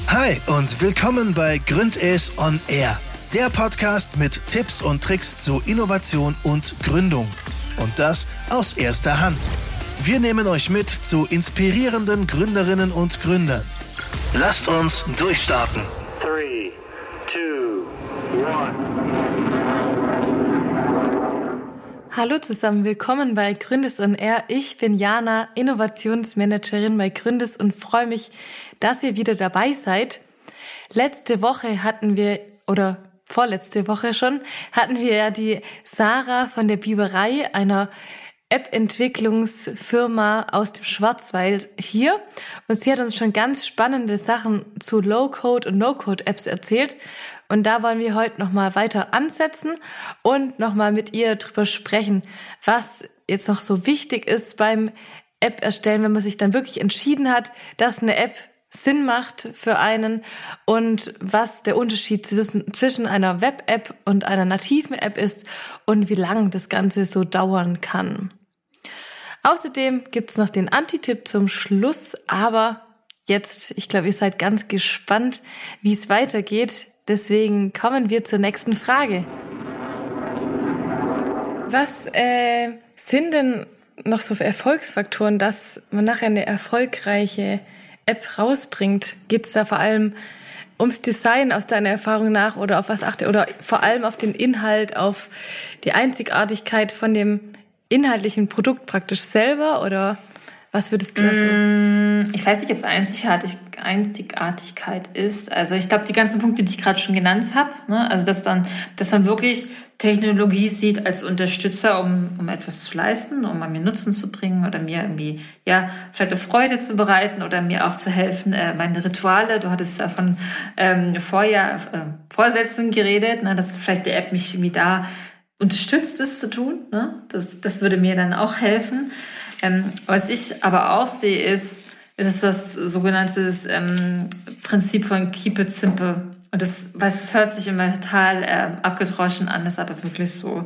Hi und willkommen bei Gründes on Air, der Podcast mit Tipps und Tricks zu Innovation und Gründung. Und das aus erster Hand. Wir nehmen euch mit zu inspirierenden Gründerinnen und Gründern. Lasst uns durchstarten. 3, 2, 1. Hallo zusammen, willkommen bei Gründes on Air. Ich bin Jana, Innovationsmanagerin bei Gründes und freue mich, dass ihr wieder dabei seid. Letzte Woche vorletzte Woche schon, hatten wir ja die Sarah von der Biberei, einer App-Entwicklungsfirma aus dem Schwarzwald hier. Und sie hat uns schon ganz spannende Sachen zu Low-Code und No-Code-Apps erzählt. Und da wollen wir heute nochmal weiter ansetzen und nochmal mit ihr drüber sprechen, was jetzt noch so wichtig ist beim App-Erstellen, wenn man sich dann wirklich entschieden hat, dass eine App Sinn macht für einen und was der Unterschied zwischen einer Web-App und einer nativen App ist und wie lang das Ganze so dauern kann. Außerdem gibt's noch den Anti-Tipp zum Schluss, aber jetzt, ich glaube, ihr seid ganz gespannt, wie es weitergeht. Deswegen kommen wir zur nächsten Frage. Was sind denn noch so für Erfolgsfaktoren, dass man nachher eine erfolgreiche App rausbringt? Geht es da vor allem ums Design aus deiner Erfahrung nach oder auf was achte oder vor allem auf den Inhalt, auf die Einzigartigkeit von dem inhaltlichen Produkt praktisch selber oder was würdest du da sagen? Ich weiß nicht, ob es Einzigartigkeit ist. Also ich glaube, die ganzen Punkte, die ich gerade schon genannt habe, ne? Also dass man wirklich Technologie sieht als Unterstützer, um etwas zu leisten, um mir Nutzen zu bringen oder mir irgendwie, ja, vielleicht eine Freude zu bereiten oder mir auch zu helfen, meine Rituale, du hattest ja von Vorsätzen geredet, ne? Dass vielleicht die App mich irgendwie da unterstützt, das zu tun, ne? Das würde mir dann auch helfen. Was ich aber auch sehe, ist das sogenannte Prinzip von Keep it simple. Und es hört sich immer total abgedroschen an, ist aber wirklich so.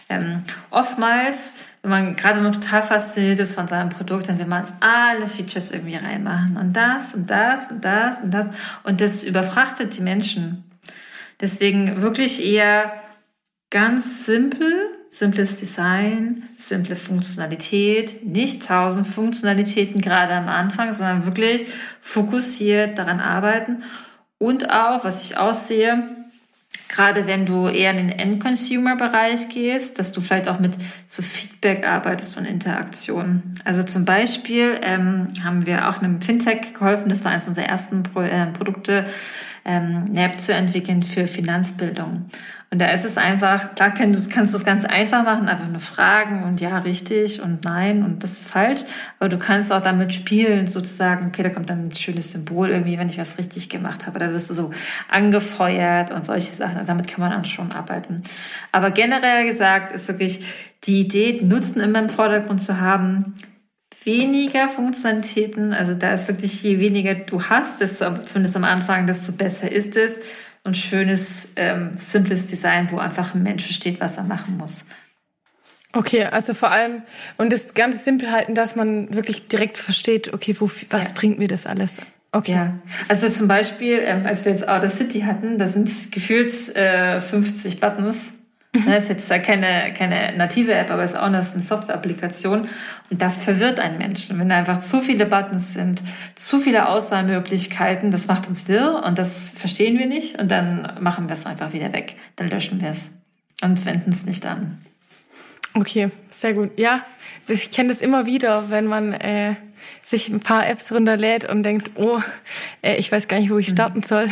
Oftmals, wenn man total fasziniert ist von seinem Produkt, dann will man alle Features irgendwie reinmachen. Und das und das und das und das. Und das überfrachtet die Menschen. Deswegen wirklich eher ganz simples Design, simple Funktionalität, nicht 1000 Funktionalitäten gerade am Anfang, sondern wirklich fokussiert daran arbeiten. Und auch, was ich aussehe, gerade wenn du eher in den End-Consumer-Bereich gehst, dass du vielleicht auch mit so Feedback arbeitest und Interaktion. Also zum Beispiel haben wir auch einem Fintech geholfen, das war eines unserer ersten Produkte, eine App zu entwickeln für Finanzbildung. Und da ist es einfach, klar kannst du es ganz einfach machen, einfach nur fragen und ja, richtig und nein und das ist falsch. Aber du kannst auch damit spielen, sozusagen, okay, da kommt dann ein schönes Symbol irgendwie, wenn ich was richtig gemacht habe. Da wirst du so angefeuert und solche Sachen. Also damit kann man dann schon arbeiten. Aber generell gesagt ist wirklich die Idee, Nutzen immer im Vordergrund zu haben, weniger Funktionalitäten. Also da ist wirklich, je weniger du hast, desto, zumindest am Anfang, desto besser ist es. Und schönes, simples Design, wo einfach ein Mensch versteht, was er machen muss. Okay, also vor allem, und das Ganze simpel halten, dass man wirklich direkt versteht, okay, was bringt mir das alles? Okay. Ja, also zum Beispiel, als wir jetzt Outer City hatten, da sind gefühlt 50 Buttons. Das ist jetzt keine native App, aber ist auch eine Software-Applikation. Und das verwirrt einen Menschen. Wenn da einfach zu viele Buttons sind, zu viele Auswahlmöglichkeiten, das macht uns wirr und das verstehen wir nicht. Und dann machen wir es einfach wieder weg. Dann löschen wir es und wenden es nicht an. Okay, sehr gut. Ja, ich kenne das immer wieder, wenn man sich ein paar Apps runterlädt und denkt, ich weiß gar nicht, wo ich starten soll.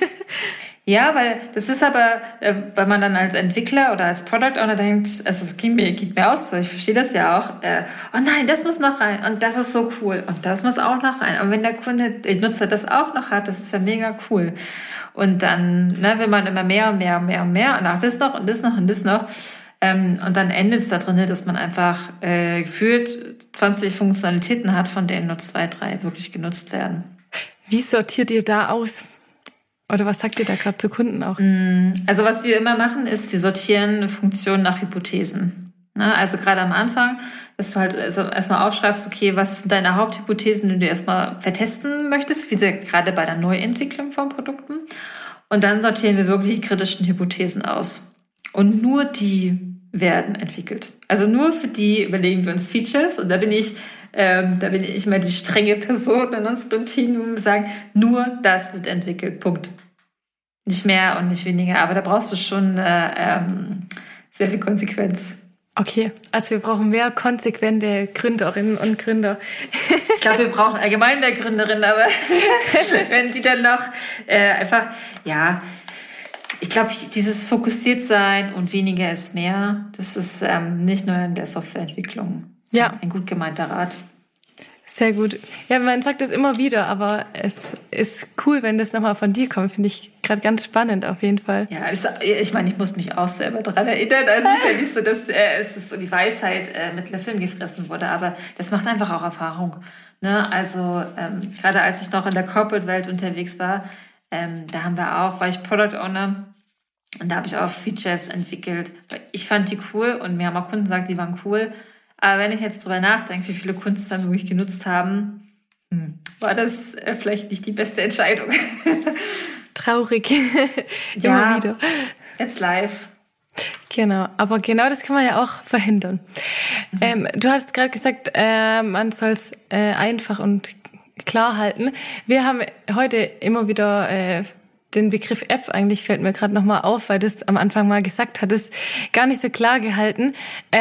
Ja, weil das ist aber, weil man dann als Entwickler oder als Product Owner denkt, also geht mir aus, so, ich verstehe das ja auch, oh nein, das muss noch rein und das ist so cool und das muss auch noch rein. Und wenn der Nutzer das auch noch hat, das ist ja mega cool. Und dann will man immer mehr und mehr und mehr und mehr und auch das noch und das noch und das noch. Und dann endet es da drin, dass man einfach gefühlt 20 Funktionalitäten hat, von denen nur 2, 3 wirklich genutzt werden. Wie sortiert ihr da aus? Oder was sagt ihr da gerade zu Kunden auch? Also was wir immer machen, ist, wir sortieren Funktionen nach Hypothesen. Na, also gerade am Anfang, dass du halt erstmal aufschreibst, okay, was sind deine Haupthypothesen, die du erstmal vertesten möchtest, wie gesagt, gerade bei der Neuentwicklung von Produkten. Und dann sortieren wir wirklich die kritischen Hypothesen aus. Und nur die werden entwickelt. Also nur für die überlegen wir uns Features. Und da bin ich mal die strenge Person in unserem Team, wo wir sagen, nur das wird entwickelt. Punkt. Nicht mehr und nicht weniger. Aber da brauchst du schon sehr viel Konsequenz. Okay, also wir brauchen mehr konsequente Gründerinnen und Gründer. Ich glaube, wir brauchen allgemein mehr Gründerinnen, aber wenn die dann noch einfach, ja, ich glaube, dieses fokussiert sein und weniger ist mehr, das ist nicht nur in der Softwareentwicklung ein gut gemeinter Rat. Sehr gut. Ja, man sagt das immer wieder, aber es ist cool, wenn das nochmal von dir kommt. Finde ich gerade ganz spannend auf jeden Fall. Ja, ich meine, ich muss mich auch selber daran erinnern. Also es ist ja nicht so, dass es ist so die Weisheit mit Löffeln gefressen wurde, aber das macht einfach auch Erfahrung. Ne? Also gerade als ich noch in der Corporate-Welt unterwegs war, war ich Product Owner und da habe ich auch Features entwickelt. Ich fand die cool und mir haben auch Kunden gesagt, die waren cool. Aber wenn ich jetzt drüber nachdenke, wie viele Kunden es dann wirklich genutzt haben, war das vielleicht nicht die beste Entscheidung. Traurig. Immer wieder. It's live. Genau, aber genau das kann man ja auch verhindern. Du hast gerade gesagt, man soll es einfach und klar halten. Wir haben heute immer wieder den Begriff App, eigentlich fällt mir gerade nochmal auf, weil du es am Anfang mal gesagt hattest, gar nicht so klar gehalten.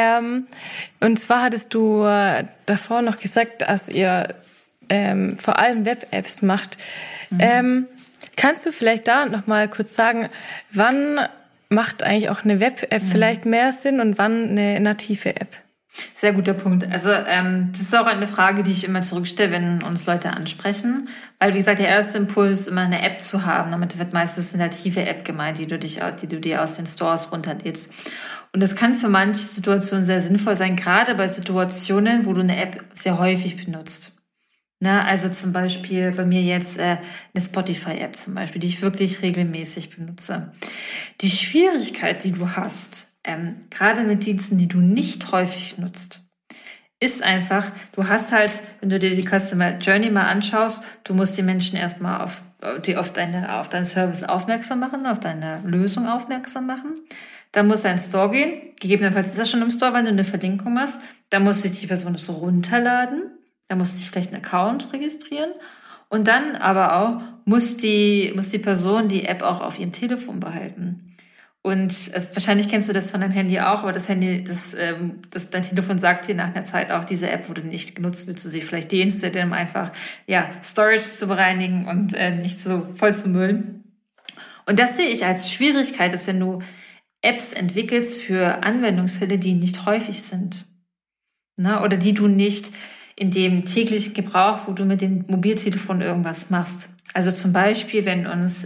Und zwar hattest du davor noch gesagt, dass ihr vor allem Web-Apps macht. Kannst du vielleicht da nochmal kurz sagen, wann macht eigentlich auch eine Web-App vielleicht mehr Sinn und wann eine native App? Sehr guter Punkt. Also das ist auch eine Frage, die ich immer zurückstelle, wenn uns Leute ansprechen. Weil, wie gesagt, der erste Impuls, immer eine App zu haben. Damit wird meistens eine native App gemeint, die du dir aus den Stores runterlädst. Und das kann für manche Situationen sehr sinnvoll sein, gerade bei Situationen, wo du eine App sehr häufig benutzt. Na, also zum Beispiel bei mir jetzt eine Spotify-App zum Beispiel, die ich wirklich regelmäßig benutze. Die Schwierigkeit, die du hast, gerade mit Diensten, die du nicht häufig nutzt, ist einfach, du hast halt, wenn du dir die Customer Journey mal anschaust, du musst die Menschen erstmal auf deinen Service aufmerksam machen, auf deine Lösung aufmerksam machen. Dann muss er in den Store gehen, gegebenenfalls ist er schon im Store, wenn du eine Verlinkung hast. Dann muss sich die Person das runterladen, dann muss sich vielleicht einen Account registrieren und dann aber auch muss die Person die App auch auf ihrem Telefon behalten. Und wahrscheinlich kennst du das von deinem Handy auch, aber das Handy, dein Telefon sagt dir nach einer Zeit auch, diese App wurde nicht genutzt, willst du sie vielleicht deinstallieren, um einfach Storage zu bereinigen und nicht so voll zu müllen. Und das sehe ich als Schwierigkeit, dass wenn du Apps entwickelst für Anwendungsfälle, die nicht häufig sind, oder die du nicht in dem täglichen Gebrauch, wo du mit dem Mobiltelefon irgendwas machst. Also zum Beispiel, wenn uns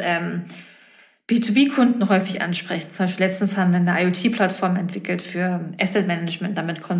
B2B-Kunden häufig ansprechen. Zum Beispiel letztens haben wir eine IoT-Plattform entwickelt für Asset Management. Damit konnten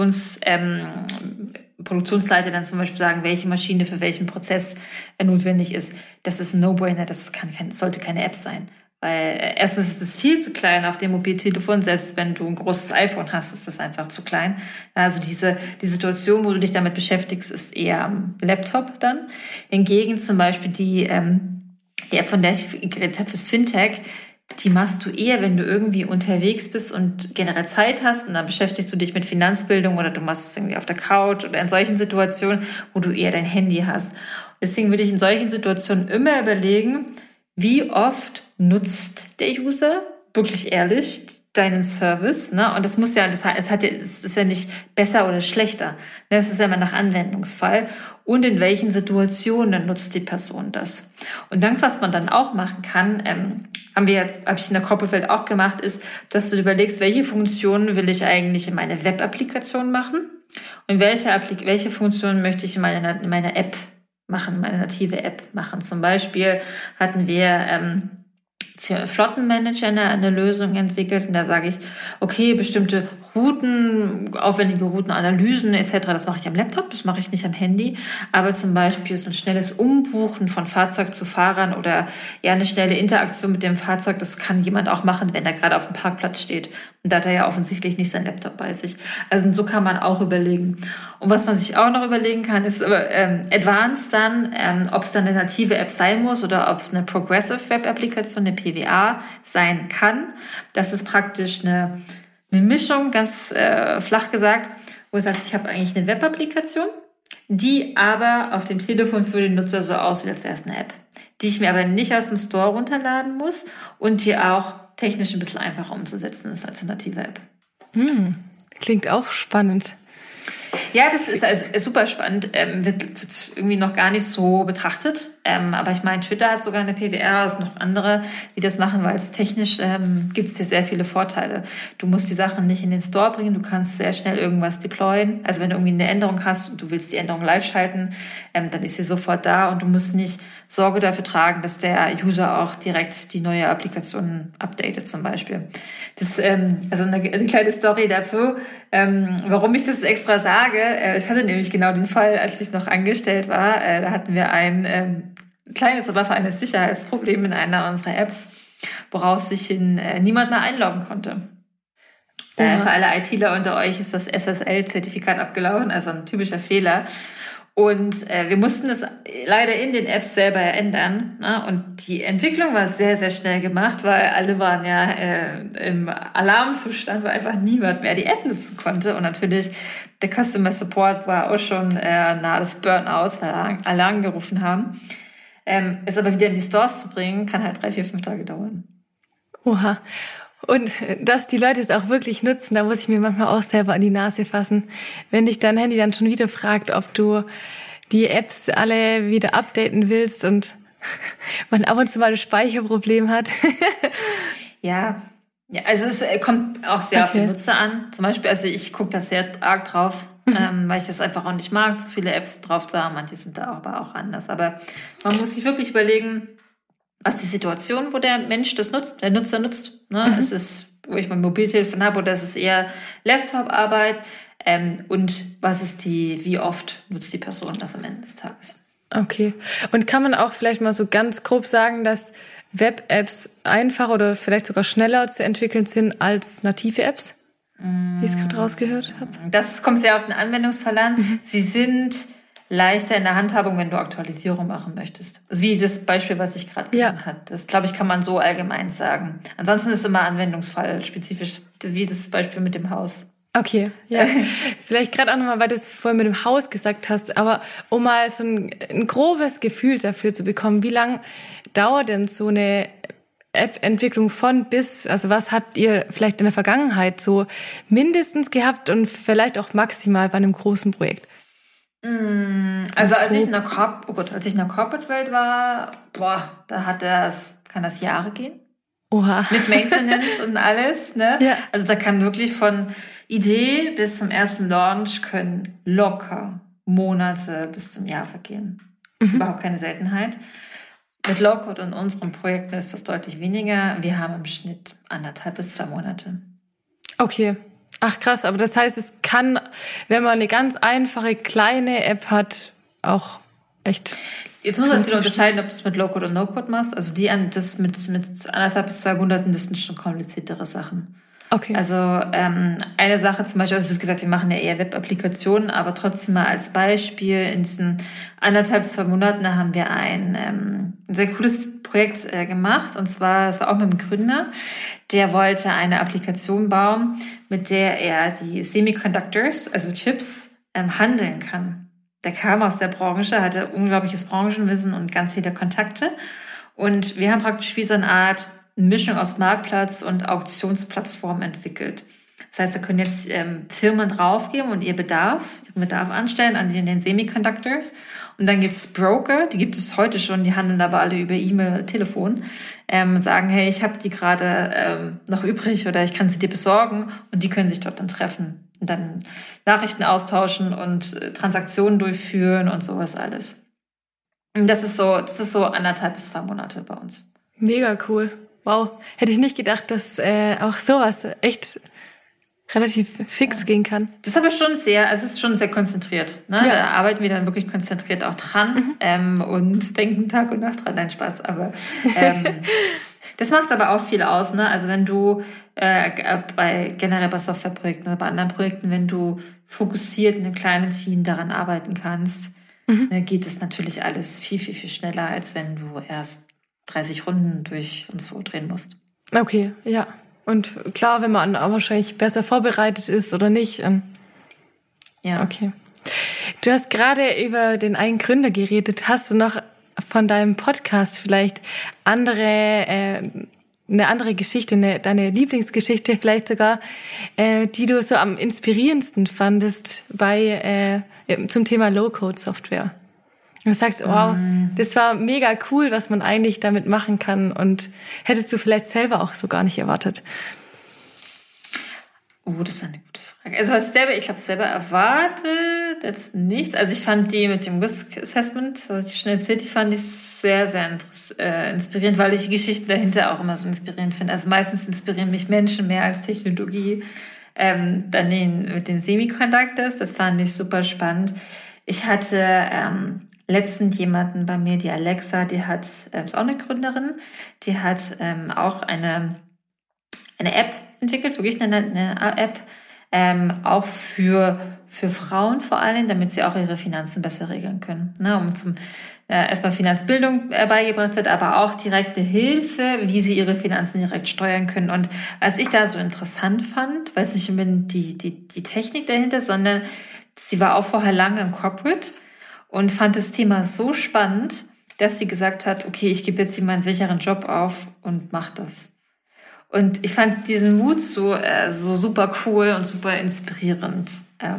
Produktionsleiter dann zum Beispiel sagen, welche Maschine für welchen Prozess notwendig ist. Das ist ein No-Brainer, das sollte keine App sein. Weil erstens ist es viel zu klein auf dem Mobiltelefon, selbst wenn du ein großes iPhone hast, ist das einfach zu klein. Also die Situation, wo du dich damit beschäftigst, ist eher am Laptop dann. Hingegen zum Beispiel die App, von der ich geredet habe, fürs Fintech, die machst du eher, wenn du irgendwie unterwegs bist und generell Zeit hast und dann beschäftigst du dich mit Finanzbildung oder du machst es irgendwie auf der Couch oder in solchen Situationen, wo du eher dein Handy hast. Deswegen würde ich in solchen Situationen immer überlegen, wie oft nutzt der User wirklich ehrlich deinen Service, Und das muss es ist ja nicht besser oder schlechter. Das ist ja immer nach Anwendungsfall. Und in welchen Situationen nutzt die Person das? Und dann, was man dann auch machen kann, habe ich in der Corporate-Welt auch gemacht, ist, dass du überlegst, welche Funktionen will ich eigentlich in meine Web-Applikation machen? Und welche Funktionen möchte ich in meiner App machen, meine native App machen? Zum Beispiel hatten wir für Flottenmanager eine Lösung entwickelt. Und da sage ich, okay, bestimmte Routen, aufwendige Routenanalysen etc., das mache ich am Laptop, das mache ich nicht am Handy. Aber zum Beispiel so ein schnelles Umbuchen von Fahrzeug zu Fahrern oder eine schnelle Interaktion mit dem Fahrzeug, das kann jemand auch machen, wenn er gerade auf dem Parkplatz steht. Und da hat er ja offensichtlich nicht sein Laptop bei sich. Also so kann man auch überlegen. Und was man sich auch noch überlegen kann, ist Advanced dann, ob es dann eine native App sein muss oder ob es eine Progressive Web-Applikation, eine PWA sein kann. Das ist praktisch eine Mischung, ganz flach gesagt, wo es sagt, ich habe eigentlich eine Web-Applikation, die aber auf dem Telefon für den Nutzer so aussieht, als wäre es eine App, die ich mir aber nicht aus dem Store runterladen muss und die auch technisch ein bisschen einfacher umzusetzen ist als eine native App. Klingt auch spannend. Ja, das ist also super spannend. Wird irgendwie noch gar nicht so betrachtet. Aber ich meine, Twitter hat sogar eine PWR, es sind noch andere, die das machen, weil es technisch gibt es hier sehr viele Vorteile. Du musst die Sachen nicht in den Store bringen, du kannst sehr schnell irgendwas deployen. Also wenn du irgendwie eine Änderung hast und du willst die Änderung live schalten, dann ist sie sofort da und du musst nicht Sorge dafür tragen, dass der User auch direkt die neue Applikation updatet zum Beispiel. Das also eine kleine Story dazu, warum ich das extra sage. Ich hatte nämlich genau den Fall, als ich noch angestellt war. Da hatten wir ein kleines, aber feines Sicherheitsproblem in einer unserer Apps, woraus sich niemand mehr einloggen konnte. Für alle ITler unter euch ist das SSL-Zertifikat abgelaufen, also ein typischer Fehler. Und wir mussten es leider in den Apps selber ändern. Ne? Und die Entwicklung war sehr, sehr schnell gemacht, weil alle waren ja im Alarmzustand, weil einfach niemand mehr die App nutzen konnte. Und natürlich der Customer Support war auch schon nahe des Burnouts, weil Alarm gerufen haben. Es aber wieder in die Stores zu bringen, kann halt 3, 4, 5 Tage dauern. Oha. Und dass die Leute es auch wirklich nutzen, da muss ich mir manchmal auch selber an die Nase fassen. Wenn dich dein Handy dann schon wieder fragt, ob du die Apps alle wieder updaten willst und man ab und zu mal ein Speicherproblem hat. Ja, also es kommt auch sehr auf den Nutzer an. Zum Beispiel, also ich gucke da sehr arg drauf, weil ich das einfach auch nicht mag, so viele Apps drauf zu haben. Manche sind da aber auch anders. Aber man muss sich wirklich überlegen, was die Situation, wo der Mensch das nutzt, der Nutzer nutzt. Ne? Ist es, wo ich mein Mobiltelefon habe, oder ist es eher Laptop-Arbeit? Und was ist wie oft nutzt die Person das am Ende des Tages? Okay. Und kann man auch vielleicht mal so ganz grob sagen, dass Web-Apps einfacher oder vielleicht sogar schneller zu entwickeln sind als native Apps? Wie ich es gerade rausgehört habe. Das kommt sehr auf den Anwendungsfall an. Sie sind leichter in der Handhabung, wenn du Aktualisierung machen möchtest. Also wie das Beispiel, was ich gerade genannt habe. Das, glaube ich, kann man so allgemein sagen. Ansonsten ist es immer Anwendungsfall spezifisch, wie das Beispiel mit dem Haus. Okay, ja. Vielleicht gerade auch nochmal, weil du es vorhin mit dem Haus gesagt hast, aber um mal so ein grobes Gefühl dafür zu bekommen, wie lang dauert denn so eine App-Entwicklung von bis, also was habt ihr vielleicht in der Vergangenheit so mindestens gehabt und vielleicht auch maximal bei einem großen Projekt? Also als ich in der Corporate-Welt war, da kann das Jahre gehen. Oha. Mit Maintenance und alles, ne? Ja. Also da kann wirklich von Idee bis zum ersten Launch können locker Monate bis zum Jahr vergehen. Überhaupt keine Seltenheit. Mit Low-Code und unseren Projekten ist das deutlich weniger. Wir haben im Schnitt 1,5 bis 2 Monate. Okay. Ach krass, aber das heißt, es kann, wenn man eine ganz einfache, kleine App hat, auch echt... Jetzt muss man natürlich unterscheiden, ob du es mit Low-Code und No-Code machst. Also das mit 1,5 bis 2 Monaten, das sind schon kompliziertere Sachen. Okay. Also eine Sache zum Beispiel, also du hast gesagt, wir machen ja eher Web-Applikationen, aber trotzdem mal als Beispiel, in diesen 1,5 bis 2 Monaten haben wir ein sehr cooles Projekt gemacht. Und zwar, das war auch mit dem Gründer, der wollte eine Applikation bauen, mit der er die Semiconductors, also Chips, handeln kann. Der kam aus der Branche, hatte unglaubliches Branchenwissen und ganz viele Kontakte. Und wir haben praktisch wie so eine Art Mischung aus Marktplatz und Auktionsplattform entwickelt. Das heißt, da können jetzt Firmen draufgeben und ihren Bedarf anstellen an den Semiconductors. Und dann gibt's Broker, die gibt es heute schon, die handeln aber alle über E-Mail, Telefon, sagen, hey, ich habe die gerade noch übrig oder ich kann sie dir besorgen, und die können sich dort dann treffen und dann Nachrichten austauschen und Transaktionen durchführen und sowas alles. Und das ist so 1,5 bis 2 Monate bei uns. Mega cool. Wow. Hätte ich nicht gedacht, dass auch sowas echt relativ fix gehen kann. Das ist aber schon es ist schon sehr konzentriert. Ne? Ja. Da arbeiten wir dann wirklich konzentriert auch dran und denken Tag und Nacht dran. Nein, Spaß. Aber das macht aber auch viel aus. Ne? Also wenn du generell bei Softwareprojekten, bei anderen Projekten, wenn du fokussiert in einem kleinen Team daran arbeiten kannst, dann geht es natürlich alles viel, viel, viel schneller, als wenn du erst 30 Runden durch und so drehen musst. Okay, ja. Und klar, wenn man auch wahrscheinlich besser vorbereitet ist oder nicht. Ja. Okay. Du hast gerade über den einen Gründer geredet. Hast du noch von deinem Podcast vielleicht eine andere Geschichte, deine Lieblingsgeschichte vielleicht sogar, die du so am inspirierendsten fandest zum Thema Low-Code-Software? Du sagst, wow, das war mega cool, was man eigentlich damit machen kann, und hättest du vielleicht selber auch so gar nicht erwartet? Das ist eine gute Frage. Also ich glaube, selber erwartet jetzt nichts. Also ich fand die mit dem Risk Assessment, was ich schon erzählt, die fand ich sehr, sehr inspirierend, weil ich die Geschichten dahinter auch immer so inspirierend finde. Also meistens inspirieren mich Menschen mehr als Technologie. Dann mit den Semiconductors, das fand ich super spannend. Ich hatte letztens jemanden bei mir, die Alexa, die ist auch eine Gründerin, die hat auch eine App entwickelt, wirklich eine App, auch für Frauen vor allem, damit sie auch ihre Finanzen besser regeln können. Ne, erstmal Finanzbildung beigebracht wird, aber auch direkte Hilfe, wie sie ihre Finanzen direkt steuern können. Und was ich da so interessant fand, weiß nicht unbedingt die Technik dahinter, sondern sie war auch vorher lange im Corporate und fand das Thema so spannend, dass sie gesagt hat, okay, ich gebe jetzt hier meinen sicheren Job auf und mach das. Und ich fand diesen Mut so super cool und super inspirierend.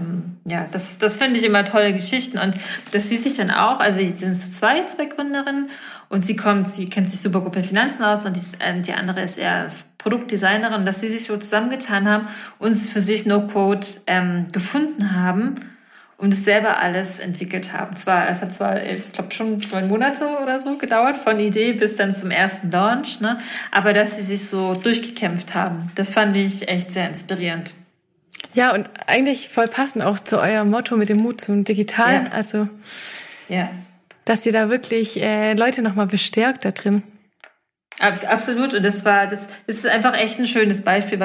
Das finde ich immer tolle Geschichten. Und das sieht sich dann auch, also die sind so zwei Gründerinnen, und sie kennt sich super gut bei Finanzen aus, und die andere ist eher Produktdesignerin, dass sie sich so zusammengetan haben und für sich No-Code gefunden haben und es selber alles entwickelt haben. Es hat zwar, ich glaube, schon 9 Monate oder so gedauert, von Idee bis dann zum ersten Launch, ne? Aber dass sie sich so durchgekämpft haben, das fand ich echt sehr inspirierend. Ja, und eigentlich voll passend auch zu eurem Motto mit dem Mut zum Digitalen. Ja. Also, ja, dass ihr da wirklich Leute nochmal bestärkt da drin. Absolut. Und das ist einfach echt ein schönes Beispiel,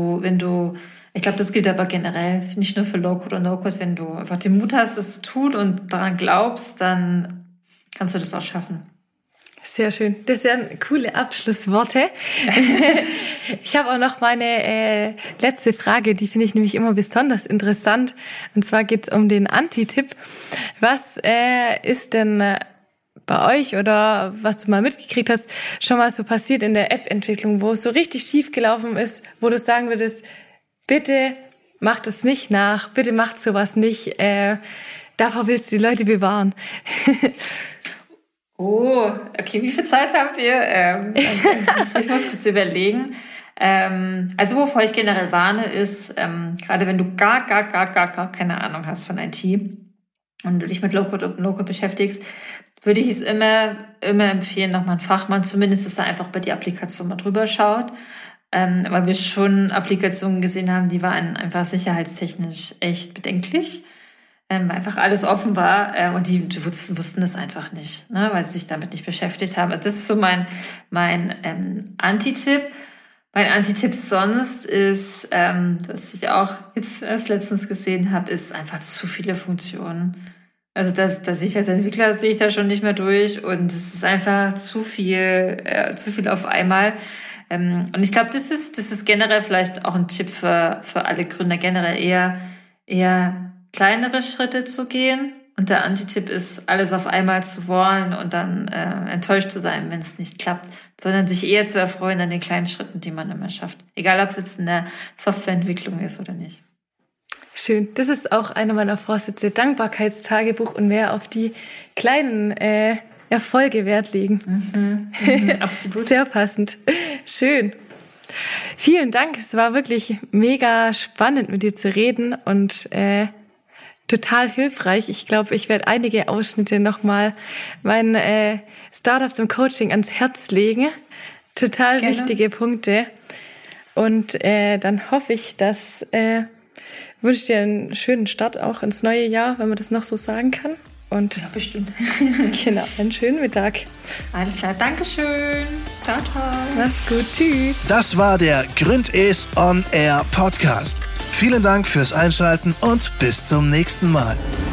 ich glaube, das gilt aber generell, nicht nur für Low-Code oder No-Code. Wenn du einfach den Mut hast, es zu tun und daran glaubst, dann kannst du das auch schaffen. Sehr schön. Das sind coole Abschlussworte. Ich habe auch noch meine letzte Frage, die finde ich nämlich immer besonders interessant. Und zwar geht es um den Anti-Tipp. Was ist denn bei euch, oder was du mal mitgekriegt hast, schon mal so passiert in der App-Entwicklung, wo es so richtig schief gelaufen ist, wo du sagen würdest, bitte macht es nicht nach, bitte macht sowas nicht, davor willst du die Leute bewahren. Okay, wie viel Zeit haben wir? Ich muss kurz überlegen. Also wovor ich generell warne ist, gerade wenn du gar keine Ahnung hast von IT und du dich mit Low-Code und No-Code beschäftigst, würde ich es immer empfehlen, nochmal einen Fachmann, zumindest, dass er einfach bei die Applikation mal drüber schaut. Weil wir schon Applikationen gesehen haben, die waren einfach sicherheitstechnisch echt bedenklich, weil einfach alles offen war und die wussten das einfach nicht, ne, weil sie sich damit nicht beschäftigt haben. Das ist so mein Anti-Tipp. Mein Anti-Tipp sonst ist, was ich auch jetzt erst letztens gesehen habe, ist einfach zu viele Funktionen. Also dass ich als Entwickler sehe ich da schon nicht mehr durch, und es ist einfach zu viel auf einmal. Und ich glaube, das ist generell vielleicht auch ein Tipp für alle Gründer, generell eher kleinere Schritte zu gehen. Und der Anti-Tipp ist, alles auf einmal zu wollen und dann enttäuscht zu sein, wenn es nicht klappt, sondern sich eher zu erfreuen an den kleinen Schritten, die man immer schafft. Egal, ob es jetzt in der Softwareentwicklung ist oder nicht. Schön. Das ist auch einer meiner Vorsätze, Dankbarkeitstagebuch, und mehr auf die kleinen Erfolge Wert legen. Absolut. Sehr passend. Schön. Vielen Dank. Es war wirklich mega spannend, mit dir zu reden, und total hilfreich. Ich glaube, ich werde einige Ausschnitte nochmal meinen Startups im Coaching ans Herz legen. Total wichtige Punkte. Und dann hoffe ich, dass wünsche ich dir einen schönen Start auch ins neue Jahr, wenn man das noch so sagen kann. Und Ja, bestimmt. genau, einen schönen Mittag. Alles klar, Dankeschön. Ciao, ciao. Macht's gut, tschüss. Das war der Gründes On Air Podcast. Vielen Dank fürs Einschalten und bis zum nächsten Mal.